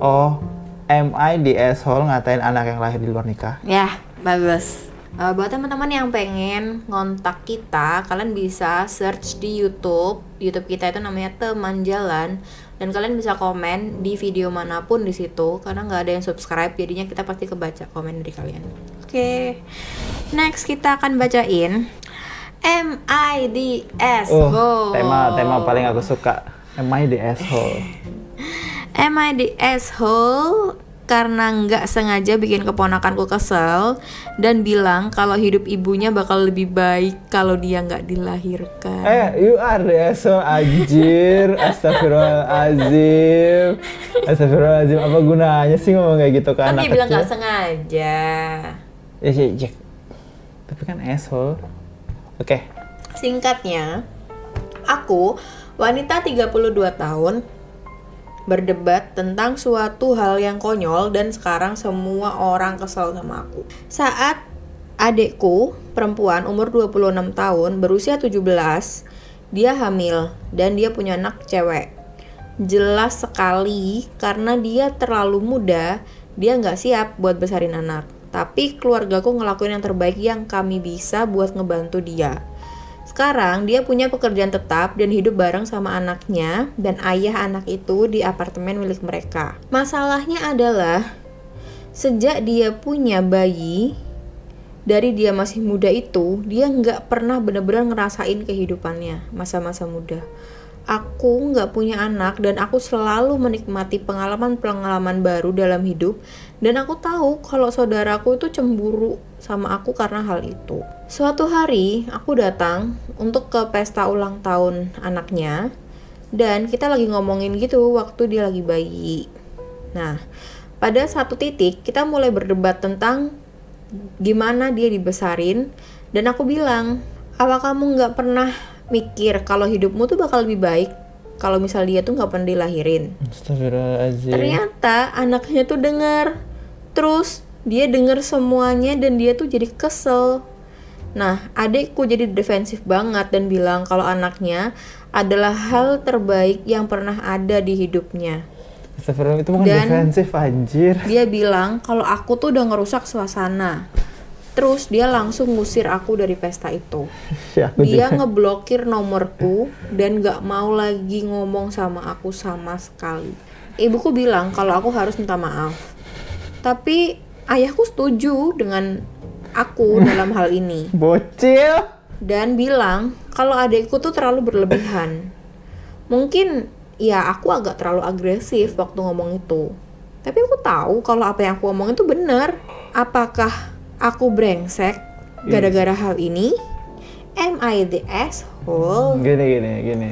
Oh, am I the asshole ngatain anak yang lahir di luar nikah? Ya, bagus. Buat teman-teman yang pengen ngontak kita, kalian bisa search di YouTube. YouTube kita itu namanya Teman Jalan, dan kalian bisa komen di video manapun di situ karena nggak ada yang subscribe, jadinya kita pasti kebaca komen dari kalian. Oke. Next kita akan bacain Am I the asshole? Tema paling aku suka. Am I the asshole? Am I the asshole? Karena nggak sengaja bikin keponakanku kesel dan bilang kalau hidup ibunya bakal lebih baik kalau dia nggak dilahirkan. You are the asshole, anjir. Astagfirullahaladzim. Astagfirullahaladzim, apa gunanya sih ngomong kayak gitu ke anak kecil? Kan dia bilang nggak sengaja. Ya, tapi kan asshole. Oke. Singkatnya, aku wanita 32 tahun berdebat tentang suatu hal yang konyol dan sekarang semua orang kesel sama aku. Saat adekku perempuan umur 26 tahun berusia 17, dia hamil dan dia punya anak cewek. Jelas sekali karena dia terlalu muda, dia nggak siap buat besarin anak. Tapi keluargaku ngelakuin yang terbaik yang kami bisa buat ngebantu dia. Sekarang dia punya pekerjaan tetap dan hidup bareng sama anaknya dan ayah anak itu di apartemen milik mereka. Masalahnya adalah sejak dia punya bayi, dari dia masih muda itu, dia nggak pernah benar-benar ngerasain kehidupannya masa-masa muda. Aku nggak punya anak dan aku selalu menikmati pengalaman-pengalaman baru dalam hidup, dan aku tahu kalau saudaraku itu cemburu sama aku karena hal itu. Suatu hari aku datang untuk ke pesta ulang tahun anaknya dan kita lagi ngomongin gitu waktu dia lagi bayi. Nah, pada satu titik kita mulai berdebat tentang gimana dia dibesarin dan aku bilang, apa kamu nggak pernah mikir kalau hidupmu tuh bakal lebih baik kalau misal dia tuh nggak pernah dilahirin? Astagfirullahaladzim. Ternyata anaknya tuh dengar, terus dia dengar semuanya dan dia tuh jadi kesel. Nah, adekku jadi defensif banget dan bilang kalau anaknya adalah hal terbaik yang pernah ada di hidupnya. Astagfirullah, itu bukan dan defensif, anjir. Dia bilang kalau aku tuh udah ngerusak suasana. Terus dia langsung ngusir aku dari pesta itu. Dia ngeblokir nomorku dan gak mau lagi ngomong sama aku sama sekali. Ibuku bilang kalau aku harus minta maaf. Tapi ayahku setuju dengan aku dalam hal ini. Bocil. Dan bilang kalau adekku tuh terlalu berlebihan. Mungkin ya aku agak terlalu agresif waktu ngomong itu. Tapi aku tahu kalau apa yang aku ngomong itu benar. Apakah aku brengsek gara-gara hal ini? Am I the asshole? Gini.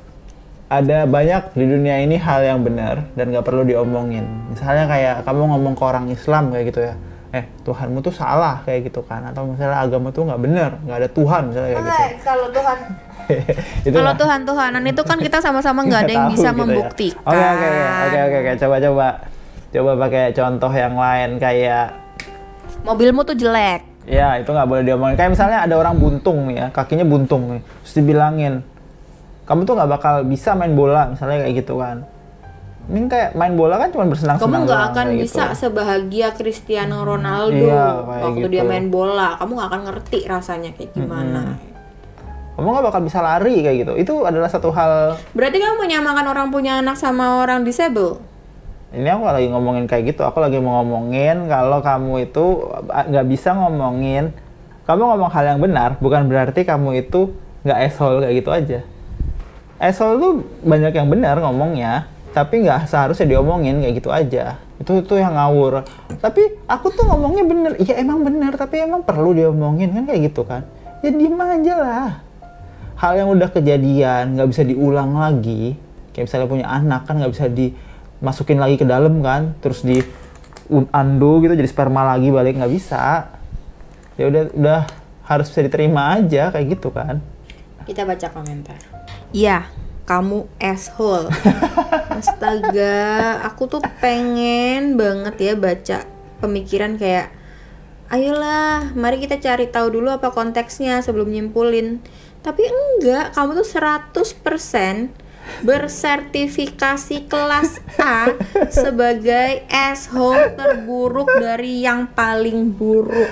Ada banyak di dunia ini hal yang benar dan gak perlu diomongin. Misalnya kayak kamu ngomong ke orang Islam kayak gitu ya, Tuhanmu tuh salah kayak gitu kan, atau misalnya agama tuh gak benar, gak ada Tuhan misalnya kayak gitu. Kalau Tuhan kalau Tuhan-Tuhanan itu kan kita sama-sama gak ada yang bisa gitu membuktikan. Oke. Coba pakai contoh yang lain kayak mobilmu tuh jelek. Ya, itu nggak boleh diomongin. Kayak misalnya ada orang buntung nih ya, kakinya buntung nih. Terus dibilangin, kamu tuh nggak bakal bisa main bola, misalnya kayak gitu kan. Ini kayak main bola kan cuma bersenang-senang. Kamu nggak akan bisa gitu sebahagia Cristiano Ronaldo waktu dia main bola. Kamu nggak akan ngerti rasanya kayak gimana. Kamu nggak bakal bisa lari kayak gitu. Itu adalah satu hal. Berarti kamu menyamakan orang punya anak sama orang disable? Ini aku lagi ngomongin kayak gitu. Aku lagi mau ngomongin kalau kamu itu nggak bisa ngomongin. Kamu ngomong hal yang benar, bukan berarti kamu itu nggak asshole kayak gitu aja. Asshole tuh banyak yang benar ngomongnya, tapi nggak seharusnya diomongin kayak gitu aja. Itu yang ngawur. Tapi aku tuh ngomongnya bener. Iya emang bener, tapi emang perlu diomongin kan kayak gitu kan. Ya diem aja lah. Hal yang udah kejadian nggak bisa diulang lagi. Kayak misalnya punya anak kan nggak bisa dimasukin lagi ke dalam kan, terus di undo gitu jadi sperma lagi balik, nggak bisa. Ya udah harus bisa diterima aja kayak gitu kan. Kita baca komentar. Iya, kamu asshole. Astaga, aku tuh pengen banget ya baca pemikiran kayak, ayolah, mari kita cari tahu dulu apa konteksnya sebelum nyimpulin. Tapi enggak, kamu tuh 100% bersertifikasi kelas A sebagai asshole terburuk dari yang paling buruk.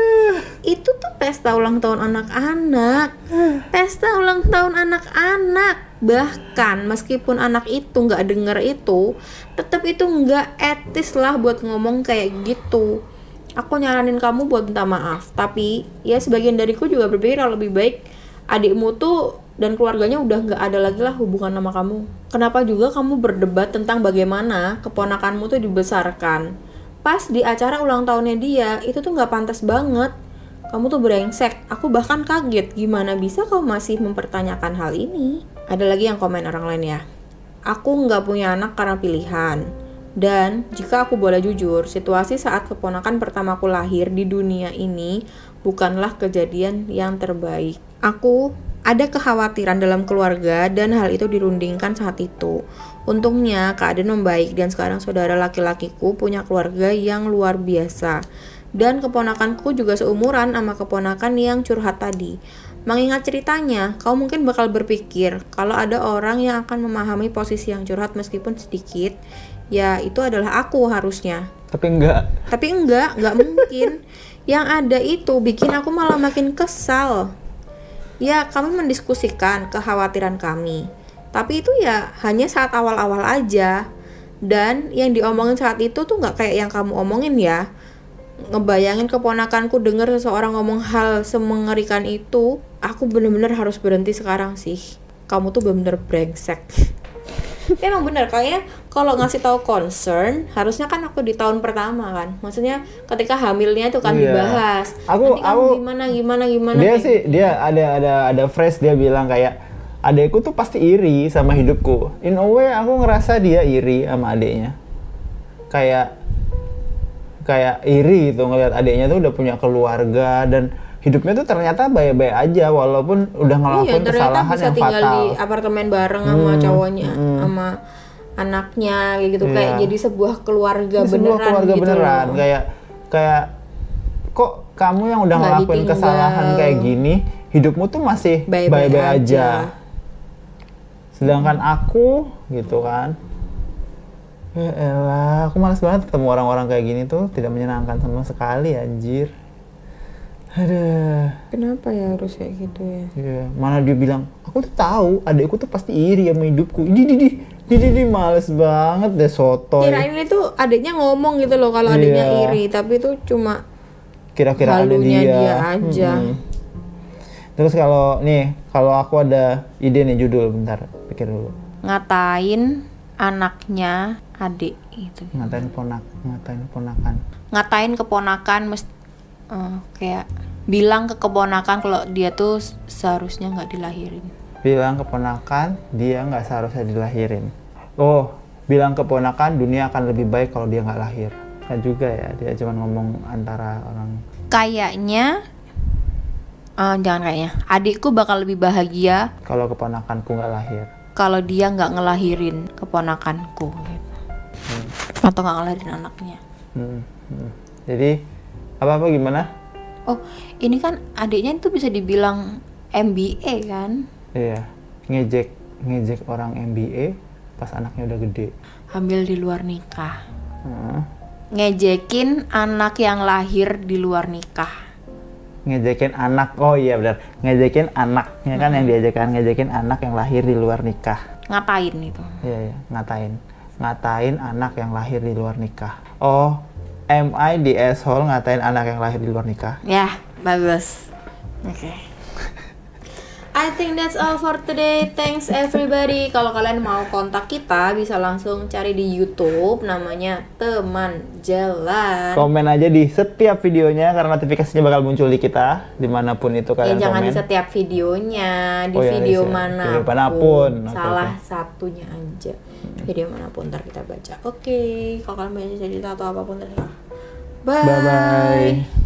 Itu tuh pesta ulang tahun anak-anak. Pesta ulang tahun anak-anak. Bahkan meskipun anak itu nggak denger itu, tetap itu nggak etis lah buat ngomong kayak gitu. Aku nyaranin kamu buat minta maaf, tapi ya sebagian dariku juga berpikir kalau lebih baik adikmu tuh dan keluarganya udah nggak ada lagi lah hubungan sama kamu. Kenapa juga kamu berdebat tentang bagaimana keponakanmu tuh dibesarkan? Pas di acara ulang tahunnya dia, itu tuh nggak pantas banget. Kamu tuh brengsek. Aku bahkan kaget gimana bisa kau masih mempertanyakan hal ini. Ada lagi yang komen orang lain ya. Aku nggak punya anak karena pilihan. Dan jika aku boleh jujur, situasi saat keponakan pertamaku lahir di dunia ini bukanlah kejadian yang terbaik. Aku ada kekhawatiran dalam keluarga dan hal itu dirundingkan saat itu. Untungnya keadaan membaik dan sekarang saudara laki-lakiku punya keluarga yang luar biasa. Dan keponakanku juga seumuran sama keponakan yang curhat tadi. Mengingat ceritanya, kau mungkin bakal berpikir kalau ada orang yang akan memahami posisi yang curhat meskipun sedikit, ya itu adalah aku harusnya. Tapi enggak mungkin. Yang ada itu bikin aku malah makin kesal. Ya, kami mendiskusikan kekhawatiran kami. Tapi itu ya hanya saat awal-awal aja. Dan yang diomongin saat itu tuh gak kayak yang kamu omongin ya. Ngebayangin keponakanku denger seseorang ngomong hal semengerikan itu, aku bener-bener harus berhenti sekarang sih. Kamu tuh bener-bener brengsek. Emang bener, kayaknya kalau ngasih tahu concern harusnya kan aku di tahun pertama kan, maksudnya ketika hamilnya itu kan dibahas. Nanti kamu gimana. Dia ada phrase dia bilang kayak adekku tuh pasti iri sama hidupku. In a way aku ngerasa dia iri sama adeknya. Kayak iri gitu ngelihat adeknya tuh udah punya keluarga dan hidupnya tuh ternyata baik-baik aja walaupun udah ngelakuin kesalahan yang fatal. Iya, ternyata bisa tinggal di apartemen bareng sama cowoknya, sama anaknya kayak gitu, kayak jadi sebuah keluarga beneran. Kayak kok kamu yang udah ngelakuin kesalahan kayak gini, hidupmu tuh masih baik-baik aja. Sedangkan aku gitu kan. Ya elah, aku malas banget ketemu orang-orang kayak gini tuh, tidak menyenangkan sama sekali anjir. Aduh. Kenapa ya harus kayak gitu ya? Iya, mana dia bilang, aku tuh tahu adekku tuh pasti iri sama hidupku. Di males banget deh sotoy. Kirain itu adeknya ngomong gitu loh kalau adeknya iri, tapi itu cuma kira-kira ada dia aja. Terus kalau aku ada ide nih judul, bentar, pikir dulu. Ngatain anaknya adik itu. Ngatain ponakan. Ngatain keponakan kayak bilang ke keponakan kalau dia tuh seharusnya nggak dilahirin. Bilang keponakan dia nggak seharusnya dilahirin. Oh, bilang keponakan dunia akan lebih baik kalau dia nggak lahir. Kan juga ya, dia cuma ngomong antara orang. Kayaknya, jangan kayaknya. Adikku bakal lebih bahagia kalau keponakanku nggak lahir. Kalau dia nggak ngelahirin keponakanku, gitu. Atau nggak ngelahirin anaknya. Jadi apa gimana? Oh, ini kan adiknya itu bisa dibilang MBA kan? Iya, ngejek orang MBA pas anaknya udah gede. Hamil di luar nikah. Ngejekin anak yang lahir di luar nikah. Ngejekin anak, oh iya benar. Ngejekin anaknya kan yang diajakan, ngejekin anak yang lahir di luar nikah. Ngatain itu. Iya, ngatain anak yang lahir di luar nikah. Oh, am I the asshole ngatain anak yang lahir di luar nikah? Ya, bagus. Oke. I think that's all for today. Thanks everybody. Kalau kalian mau kontak kita bisa langsung cari di YouTube, namanya Teman Jalan. Komen aja di setiap videonya karena notifikasinya bakal muncul di kita dimanapun itu kalian komen. Jangan di setiap videonya, di video manapun. Salah satunya aja. Video manapun ntar kita baca. Oke, kalau kalian baca cerita atau apapun terserah. Bye.